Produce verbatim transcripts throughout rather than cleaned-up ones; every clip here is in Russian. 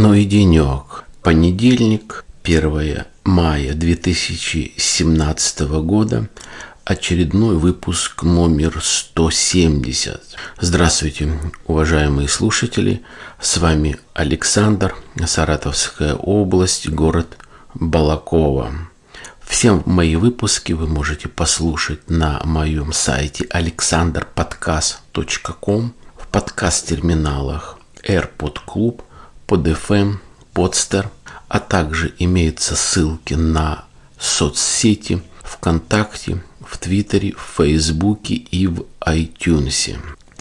Ну и денек. Понедельник, первое мая две тысячи семнадцатого года. Очередной выпуск номер сто семьдесят. Здравствуйте, уважаемые слушатели. С вами Александр, Саратовская область, город Балаково. Все мои выпуски вы можете послушать на моем сайте александр подкаст точка ком, в подкаст-терминалах AirPod Club, Под эф эм, Podster, а также имеются ссылки на соцсети ВКонтакте, в Твиттере, в Фейсбуке и в iTunes.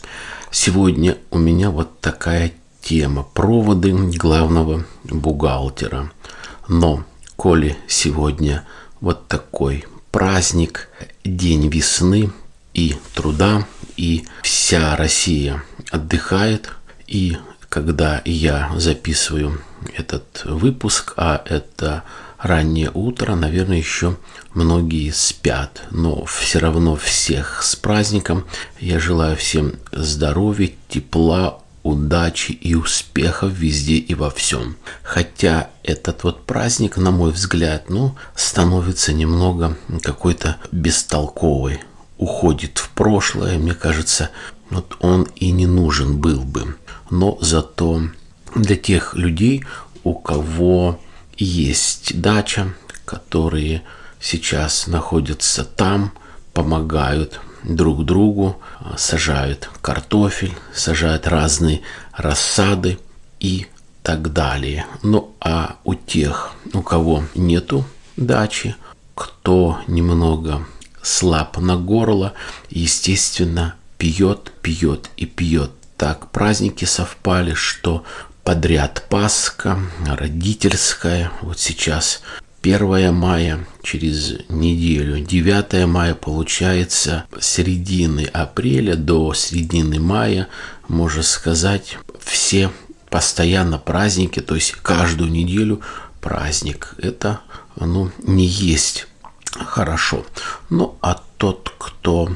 Сегодня у меня вот такая тема: проводы главного бухгалтера. Но коли сегодня вот такой праздник, день весны и труда, и вся Россия отдыхает, и когда я записываю этот выпуск, а это раннее утро, наверное, еще многие спят, но все равно всех с праздником. Я желаю всем здоровья, тепла, удачи и успехов везде и во всем. Хотя этот вот праздник, на мой взгляд, ну, становится немного какой-то бестолковый, уходит в прошлое. Мне кажется, вот он и не нужен был бы. Но зато для тех людей, у кого есть дача, которые сейчас находятся там, помогают друг другу, сажают картофель, сажают разные рассады и так далее. Ну а у тех, у кого нету дачи, кто немного слаб на горло, естественно, пьет, пьет и пьет. Так праздники совпали, что подряд Пасха, родительская, вот сейчас первое мая, через неделю, девятое мая, получается, с середины апреля до середины мая, можно сказать, все постоянно праздники, то есть каждую неделю праздник. Это, ну, не есть хорошо. Ну, а тот, кто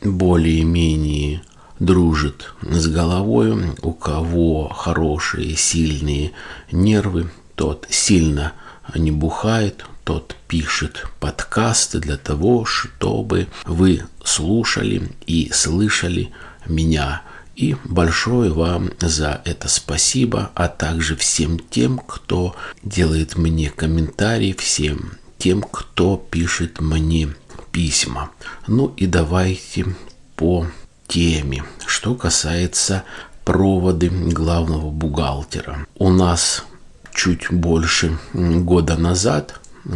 более-менее дружит с головой, у кого хорошие, сильные нервы, тот сильно не бухает, тот пишет подкасты для того, чтобы вы слушали и слышали меня. И большое вам за это спасибо, а также всем тем, кто делает мне комментарии, всем тем, кто пишет мне письма. Ну и давайте по теме. Что касается проводы главного бухгалтера. У нас чуть больше года назад,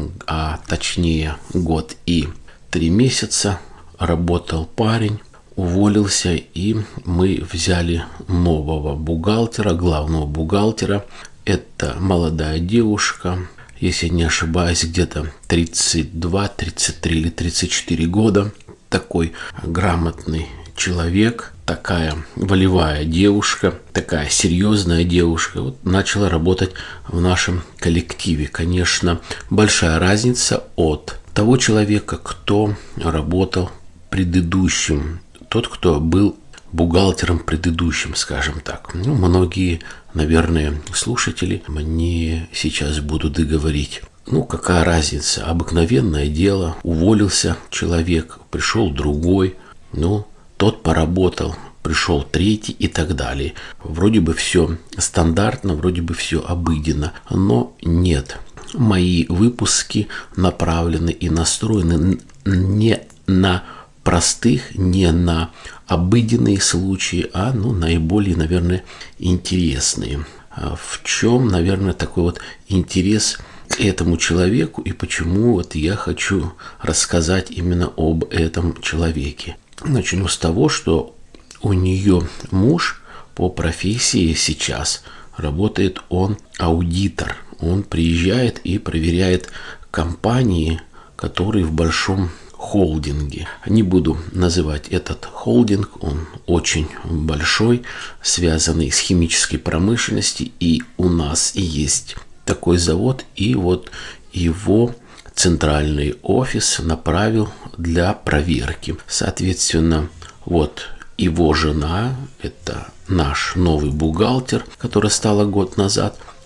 а точнее год и три месяца, работал парень, уволился, и мы взяли нового бухгалтера, главного бухгалтера. Это молодая девушка, если не ошибаюсь, где-то тридцать два, тридцать три или тридцать четыре года. Такой грамотный человек, такая волевая девушка, такая серьезная девушка, вот начала работать в нашем коллективе. Конечно, большая разница от того человека, кто работал предыдущим, тот, кто был бухгалтером предыдущим, скажем так. Ну, многие, наверное, слушатели мне сейчас будут и говорить: ну, какая разница, обыкновенное дело, уволился человек, пришел другой, ну, тот поработал, пришел третий и так далее. Вроде бы все стандартно, вроде бы все обыденно, но нет. Мои выпуски направлены и настроены не на простых, не на обыденные случаи, а ну, наиболее, наверное, интересные. В чем, наверное, такой вот интерес к этому человеку и почему вот я хочу рассказать именно об этом человеке. Начну с того, что у нее муж по профессии сейчас работает, он аудитор. Он приезжает и проверяет компании, которые в большом холдинге. Не буду называть этот холдинг, он очень большой, связанный с химической промышленностью, и у нас есть такой завод, и вот его центральный офис направил для проверки. Соответственно, вот его жена, это наш новый бухгалтер, которая стала год назад,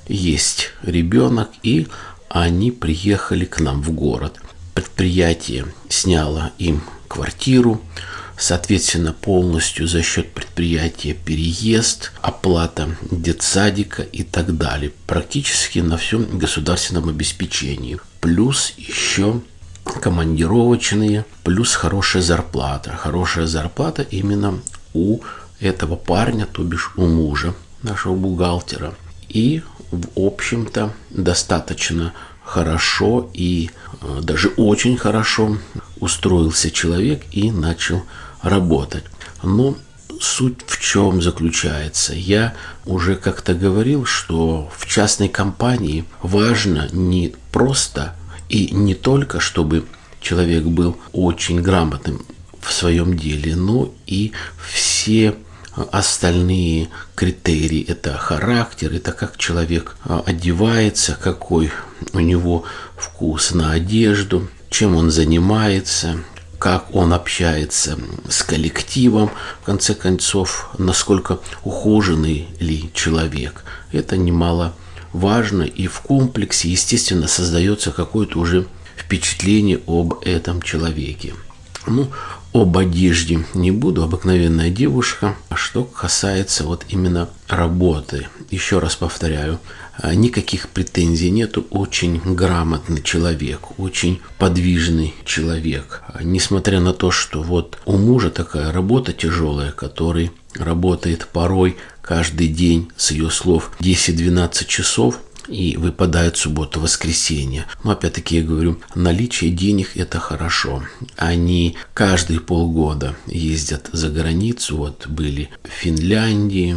есть ребенок, и они приехали к нам в город. Предприятие сняло им квартиру, соответственно, полностью за счет предприятия переезд, оплата детсадика и так далее. Практически на всем государственном обеспечении. Плюс еще командировочные, плюс хорошая зарплата. Хорошая зарплата именно у этого парня, то бишь у мужа нашего бухгалтера. И, в общем-то, достаточно хорошо и э, даже очень хорошо устроился человек и начал работать. Но суть в чем заключается? Я уже как-то говорил, что в частной компании важно не просто и не только, чтобы человек был очень грамотным в своем деле, но и все остальные критерии. Это характер, это как человек одевается, какой у него вкус на одежду, чем он занимается, как он общается с коллективом, в конце концов, насколько ухоженный ли человек. Это немаловажно, и в комплексе, естественно, создается какое-то уже впечатление об этом человеке. Ну, об одежде не буду, обыкновенная девушка. Что касается вот именно работы, еще раз повторяю, никаких претензий нету, очень грамотный человек, очень подвижный человек. Несмотря на то, что вот у мужа такая работа тяжелая, который работает порой каждый день, с ее слов, десять-двенадцать часов, и выпадает суббота, воскресенье. Но опять-таки я говорю, наличие денег – это хорошо. Они каждые полгода ездят за границу. Вот были в Финляндии,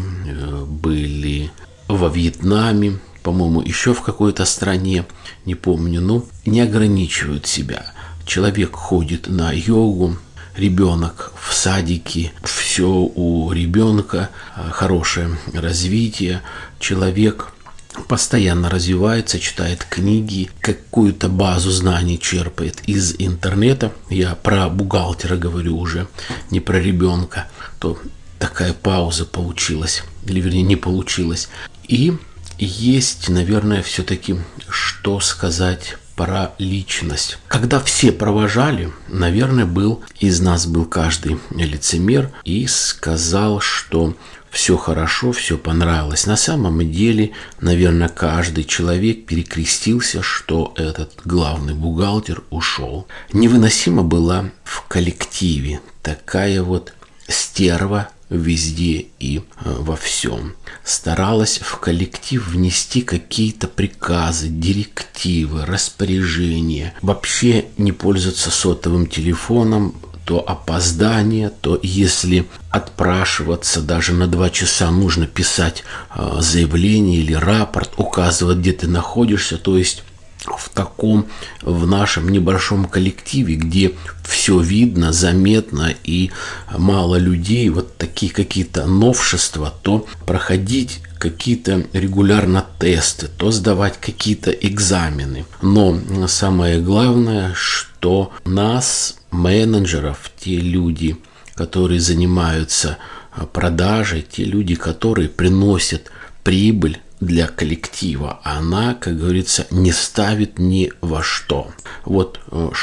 были во Вьетнаме, по-моему, еще в какой-то стране, не помню, но не ограничивают себя. Человек ходит на йогу, ребенок в садике, все у ребенка, хорошее развитие, человек постоянно развивается, читает книги, какую-то базу знаний черпает из интернета. Я про бухгалтера говорю уже, не про ребенка. То такая пауза получилась, или вернее не получилась. И есть, наверное, все-таки что сказать про личность. Когда все провожали, наверное, был из нас был каждый лицемер и сказал, что все хорошо, все понравилось. На самом деле, наверное, каждый человек перекрестился, что этот главный бухгалтер ушел. Невыносимо была в коллективе такая вот стерва везде и во всем. Старалась в коллектив внести какие-то приказы, директивы, распоряжения. Вообще не пользоваться сотовым телефоном, то опоздание, то если отпрашиваться даже на два часа, нужно писать э, заявление или рапорт, указывать, где ты находишься. То есть в таком, в нашем небольшом коллективе, где все видно, заметно и мало людей, вот такие какие-то новшества, то проходить какие-то регулярно тесты, то сдавать какие-то экзамены. Но самое главное, что нас, менеджеров, те люди, которые занимаются продажей, те люди, которые приносят прибыль для коллектива, она, как говорится, не ставит ни во что. Вот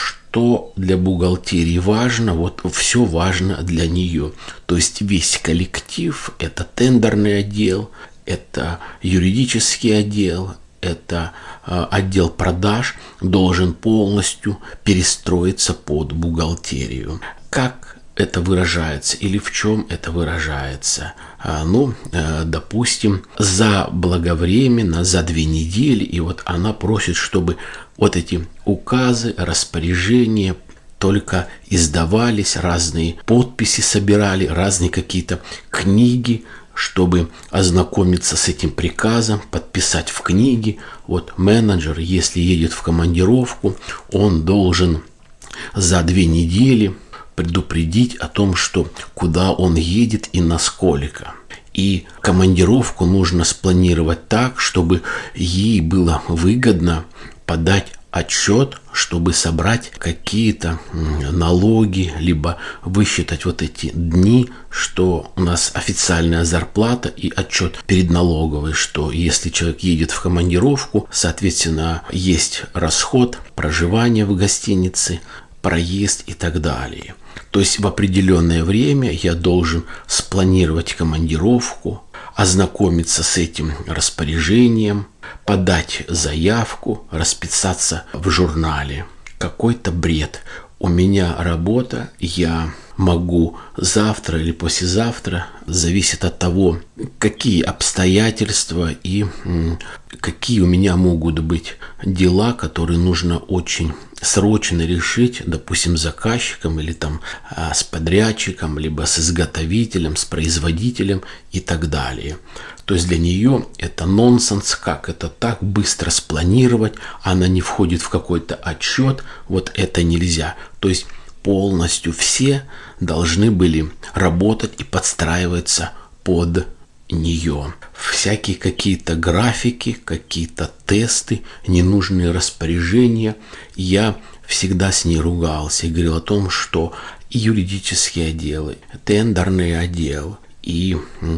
что для бухгалтерии важно, вот все важно для нее. То есть весь коллектив – это тендерный отдел, это юридический отдел, это э, отдел продаж должен полностью перестроиться под бухгалтерию. Как это выражается или в чем это выражается? А, ну, э, допустим, заблаговременно, за две недели, и вот она просит, чтобы вот эти указы, распоряжения только издавались, разные подписи собирали, разные какие-то книги, чтобы ознакомиться с этим приказом, подписать в книге. Вот менеджер, если едет в командировку, он должен за две недели предупредить о том, что куда он едет и насколько. И командировку нужно спланировать так, чтобы ей было выгодно подать отчет, чтобы собрать какие-то налоги, либо высчитать вот эти дни, что у нас официальная зарплата и отчет перед налоговой, что если человек едет в командировку, соответственно, есть расход, проживание в гостинице, проезд и так далее. То есть в определенное время я должен спланировать командировку, ознакомиться с этим распоряжением, подать заявку, расписаться в журнале. Какой-то бред. У меня работа, я могу завтра или послезавтра, зависит от того, какие обстоятельства и какие у меня могут быть дела, которые нужно очень срочно решить, допустим, с заказчиком или там с подрядчиком, либо с изготовителем, с производителем и так далее. То есть для нее это нонсенс, как это так быстро спланировать, она не входит в какой-то отчет, вот это нельзя. То есть полностью все должны были работать и подстраиваться под нее. Всякие какие-то графики, какие-то тесты, ненужные распоряжения. Я всегда с ней ругался и говорил о том, что и юридические отделы, тендерный отдел, и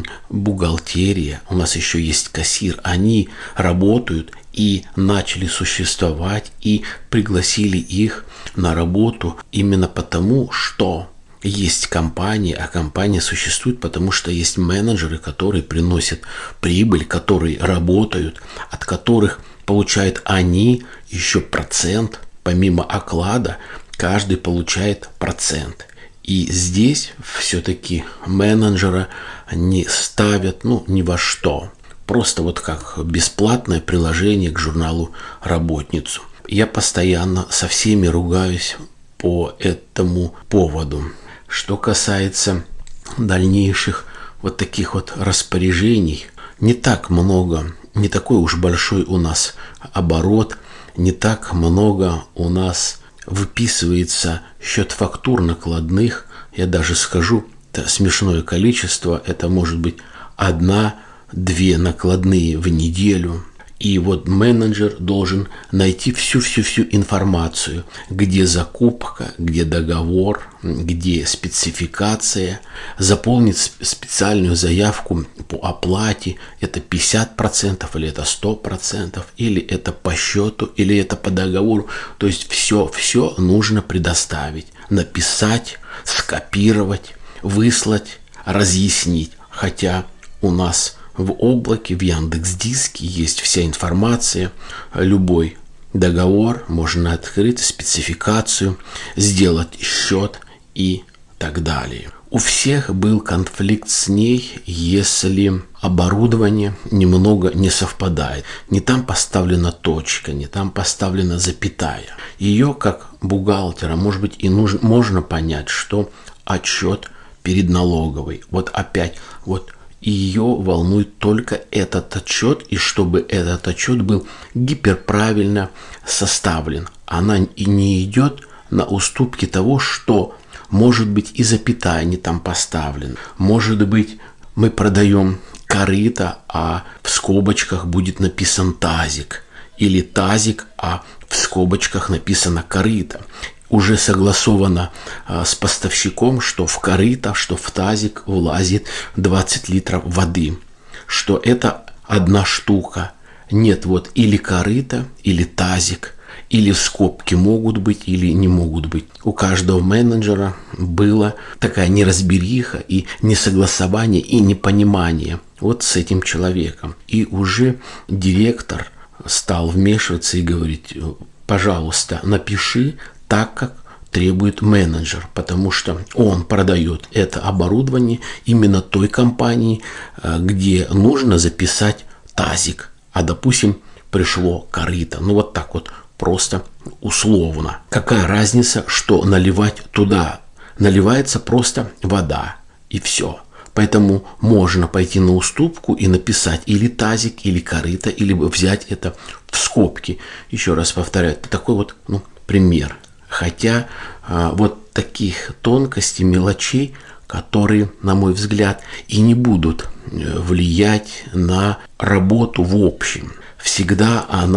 бухгалтерия, у нас еще есть кассир, они работают и начали существовать, и пригласили их на работу именно потому, что есть компания, а компания существует, потому что есть менеджеры, которые приносят прибыль, которые работают, от которых получают они еще процент, помимо оклада, каждый получает процент. И здесь все-таки менеджера не ставят ну, ни во что. Просто вот как бесплатное приложение к журналу «Работницу». Я постоянно со всеми ругаюсь по этому поводу. Что касается дальнейших вот таких вот распоряжений, не так много, не такой уж большой у нас оборот, не так много у нас выписывается счет фактур накладных. Я даже скажу, это смешное количество, это может быть одна-две накладные в неделю. И вот менеджер должен найти всю-всю-всю информацию, где закупка, где договор, где спецификация, заполнить специальную заявку по оплате, это пятьдесят процентов или это сто процентов, или это по счету, или это по договору. То есть все-все нужно предоставить, написать, скопировать, выслать, разъяснить. Хотя у нас в облаке, в Яндекс.Диске есть вся информация, любой договор можно открыть, спецификацию, сделать счет и так далее. У всех был конфликт с ней, если оборудование немного не совпадает. Не там поставлена точка, не там поставлена запятая. Ее, как бухгалтера, может быть, и нужно, можно понять, что отчет перед налоговой. Вот опять, вот ее волнует только этот отчет, и чтобы этот отчет был гиперправильно составлен. Она и не идет на уступки того, что может быть и запятая не там поставлена. Может быть, мы продаем корыто, а в скобочках будет написан тазик. Или тазик, а в скобочках написано корыто. Уже согласовано а, с поставщиком, что в корыто, что в тазик влазит двадцать литров воды. Что это одна штука. Нет, вот или корыто, или тазик, или скобки могут быть, или не могут быть. У каждого менеджера была такая неразбериха и несогласование, и непонимание вот с этим человеком. И уже директор стал вмешиваться и говорить: пожалуйста, напиши так, как требует менеджер, потому что он продает это оборудование именно той компании, где нужно записать тазик, а, допустим, пришло корыто. Ну, вот так вот, просто условно. Какая разница, что наливать туда? Наливается просто вода, и все. Поэтому можно пойти на уступку и написать или тазик, или корыто, или взять это в скобки. Еще раз повторяю, это такой вот ну, пример. Хотя а, вот таких тонкостей, мелочей, которые, на мой взгляд, и не будут влиять на работу в общем. Всегда она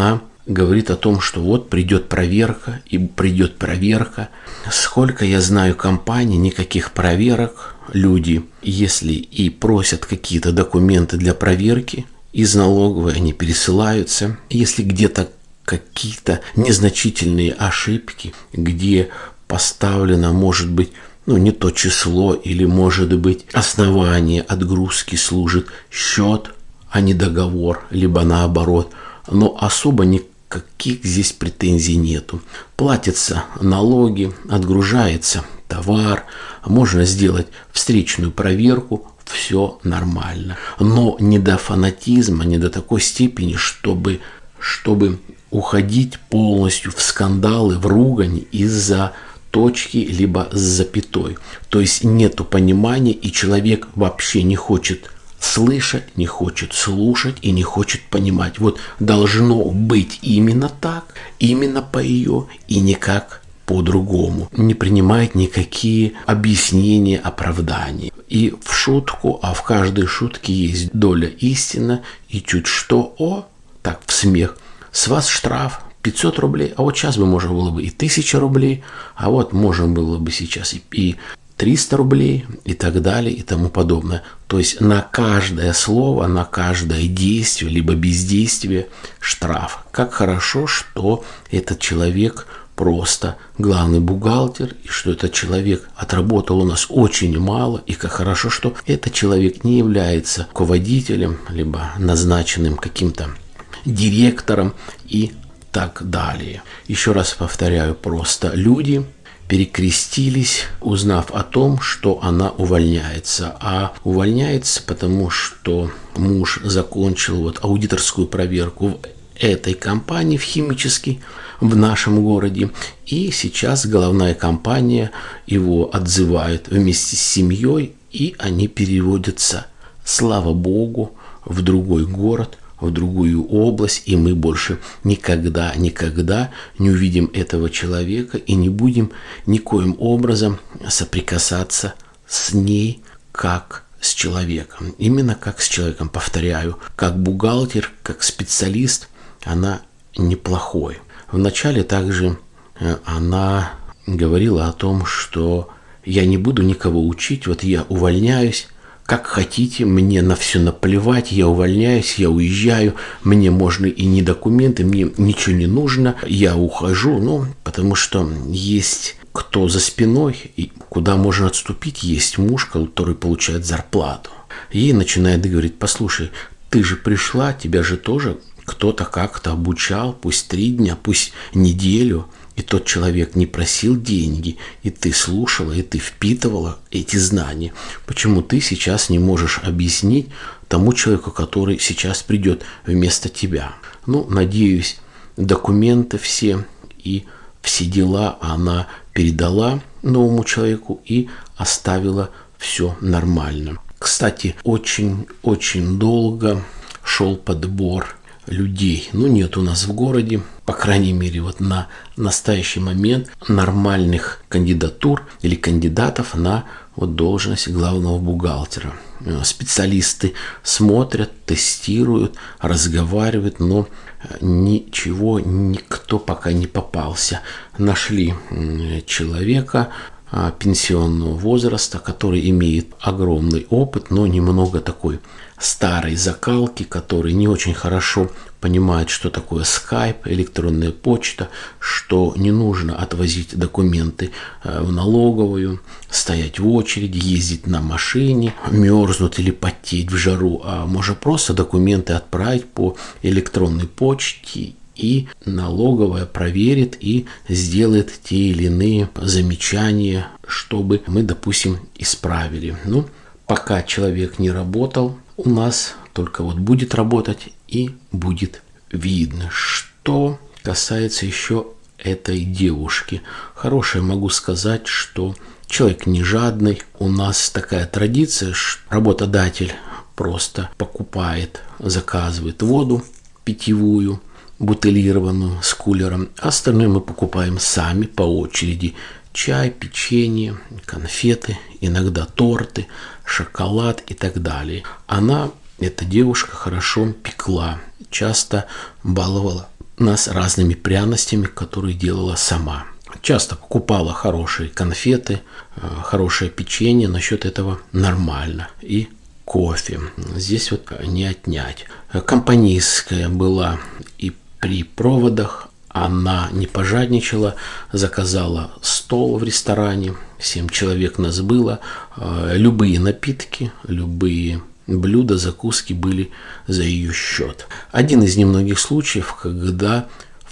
говорит о том, что вот придет проверка, и придет проверка. Сколько я знаю компаний, никаких проверок. Люди, если и просят какие-то документы для проверки, из налоговой они пересылаются. Если где-то какие-то незначительные ошибки, где поставлено, может быть, ну, не то число, или, может быть, основание отгрузки служит счет, а не договор, либо наоборот. Но особо никаких здесь претензий нету. Платятся налоги, отгружается товар, можно сделать встречную проверку, все нормально. Но не до фанатизма, не до такой степени, чтобы, чтобы уходить полностью в скандалы, в ругань из-за точки, либо с запятой. То есть нету понимания, и человек вообще не хочет слышать, не хочет слушать и не хочет понимать. Вот должно быть именно так, именно по ее и никак по-другому. Не принимает никакие объяснения, оправдания. И в шутку, а в каждой шутке есть доля истины, и чуть что, о, так, в смех. С вас штраф пятьсот рублей, а вот сейчас бы можно было бы и тысяча рублей, а вот можно было бы сейчас и, и триста рублей и так далее и тому подобное. То есть на каждое слово, на каждое действие, либо бездействие штраф. Как хорошо, что этот человек просто главный бухгалтер, и что этот человек отработал у нас очень мало, и как хорошо, что этот человек не является руководителем, либо назначенным каким-то директором и так далее. Еще раз повторяю, просто люди перекрестились, узнав о том, что она увольняется. А увольняется, потому что муж закончил вот аудиторскую проверку в этой компании, в химической, в нашем городе. И сейчас головная компания его отзывает вместе с семьей, и они переводятся, слава богу, в другой город, в другую область, и мы больше никогда, никогда не увидим этого человека и не будем никоим образом соприкасаться с ней как с человеком. Именно как с человеком, повторяю, как бухгалтер, как специалист, она неплохой. Вначале также она говорила о том, что я не буду никого учить, вот я увольняюсь, как хотите, мне на все наплевать, я увольняюсь, я уезжаю, мне можно и не документы, мне ничего не нужно, я ухожу, ну, потому что есть кто за спиной, и куда можно отступить, есть муж, который получает зарплату. Ей начинает говорить: послушай, ты же пришла, тебя же тоже кто-то как-то обучал, пусть три дня, пусть неделю, и тот человек не просил деньги, и ты слушала, и ты впитывала эти знания. Почему ты сейчас не можешь объяснить тому человеку, который сейчас придет вместо тебя? Ну, надеюсь, документы все и все дела она передала новому человеку и оставила все нормально. Кстати, очень-очень долго шел подбор людей. Ну, нет у нас в городе, по крайней мере, вот на настоящий момент нормальных кандидатур или кандидатов на вот должность главного бухгалтера. Специалисты смотрят, тестируют, разговаривают, но ничего, никто пока не попался. Нашли человека пенсионного возраста, который имеет огромный опыт, но немного такой старой закалки, который не очень хорошо понимает, что такое скайп, электронная почта, что не нужно отвозить документы в налоговую, стоять в очереди, ездить на машине, мерзнуть или потеть в жару, а можно просто документы отправить по электронной почте, и налоговая проверит и сделает те или иные замечания, чтобы мы, допустим, исправили. Ну, пока человек не работал у нас, только вот будет работать и будет видно. Что касается еще этой девушки. Хорошее могу сказать, что человек не жадный. У нас такая традиция, что работодатель просто покупает, заказывает воду питьевую, бутылированную с кулером. Остальное мы покупаем сами по очереди. Чай, печенье, конфеты, иногда торты, шоколад и так далее. Она, эта девушка, хорошо пекла, часто баловала нас разными пряностями, которые делала сама. Часто покупала хорошие конфеты, хорошее печенье, насчет этого нормально. И кофе. Здесь вот не отнять. Компанейская была и при проводах. Она не пожадничала, заказала стол в ресторане. Семь человек нас было. Любые напитки, любые блюда, закуски были за ее счет. Один из немногих случаев, когда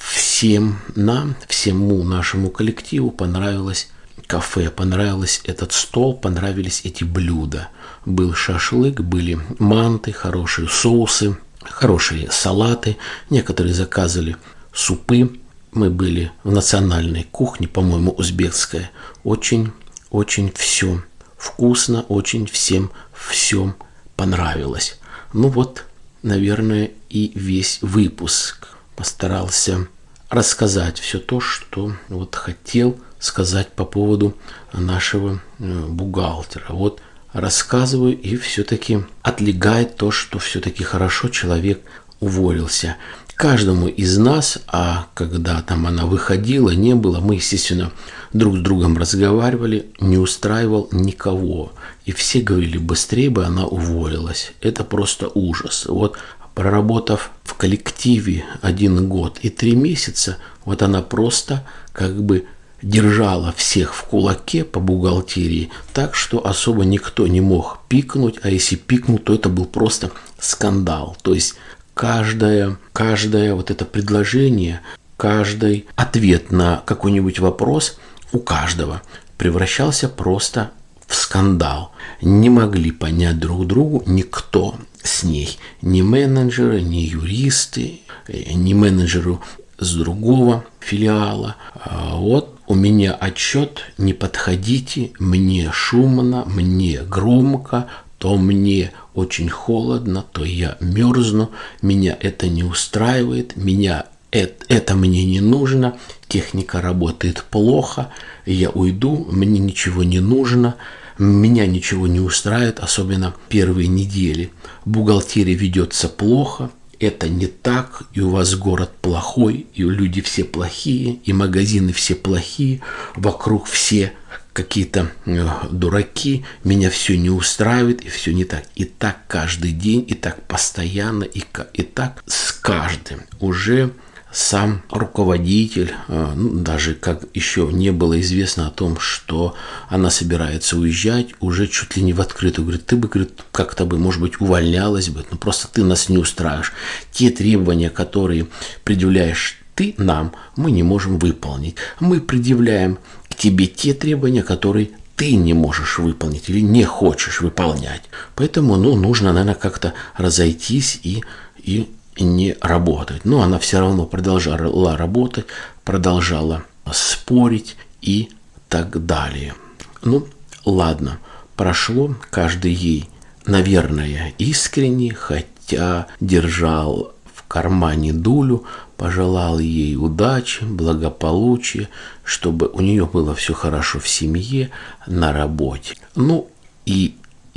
всем нам, всему нашему коллективу понравилось кафе, понравился этот стол, понравились эти блюда. Был шашлык, были манты, хорошие соусы, хорошие салаты. Некоторые заказывали супы. Мы были в национальной кухне, по-моему, узбекская. Очень, очень все вкусно, очень всем всем понравилось. Ну вот, наверное, и весь выпуск. Постарался рассказать все то, что вот хотел сказать по поводу нашего бухгалтера. Вот рассказываю, и все-таки отлегает то, что все-таки хорошо человек уволился. Каждому из нас, а когда там она выходила, не было, мы, естественно, друг с другом разговаривали, не устраивал никого. И все говорили, быстрее бы она уволилась. Это просто ужас. Вот проработав в коллективе один год и три месяца, вот она просто как бы держала всех в кулаке по бухгалтерии, так что особо никто не мог пикнуть, а если пикнул, то это был просто скандал. То есть каждое, каждое вот это предложение, каждый ответ на какой-нибудь вопрос у каждого превращался просто в скандал. Не могли понять друг другу никто с ней. Ни менеджеры, ни юристы, ни менеджеру с другого филиала. Вот у меня отчет, не подходите, мне шумно, мне громко, то мне очень холодно, то я мерзну, меня это не устраивает, меня это, это мне не нужно, техника работает плохо, я уйду, мне ничего не нужно, меня ничего не устраивает, особенно первые недели. Бухгалтерия ведется плохо, это не так, и у вас город плохой, и люди все плохие, и магазины все плохие, вокруг все какие-то э, дураки, меня все не устраивает, и все не так. И так каждый день, и так постоянно, и, и так с каждым. Уже сам руководитель, э, ну, даже как еще не было известно о том, что она собирается уезжать, уже чуть ли не в открытую говорит, ты бы, говорит, как-то бы, может быть, увольнялась бы, но просто ты нас не устраиваешь. Те требования, которые предъявляешь ты нам, мы не можем выполнить. Мы предъявляем к тебе те требования, которые ты не можешь выполнить или не хочешь выполнять. Поэтому, ну, нужно, наверное, как-то разойтись и, и не работать. Но она все равно продолжала работать, продолжала спорить и так далее. Ну, ладно, прошло, каждый ей, наверное, искренне, хотя держал в кармане дулю, пожелал ей удачи, благополучия, чтобы у нее было все хорошо в семье, на работе. Ну и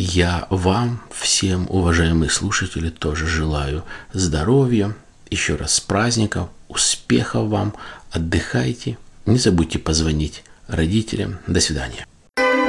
я вам, всем, уважаемые слушатели, тоже желаю здоровья, еще раз с праздником, успехов вам, отдыхайте, не забудьте позвонить родителям. До свидания.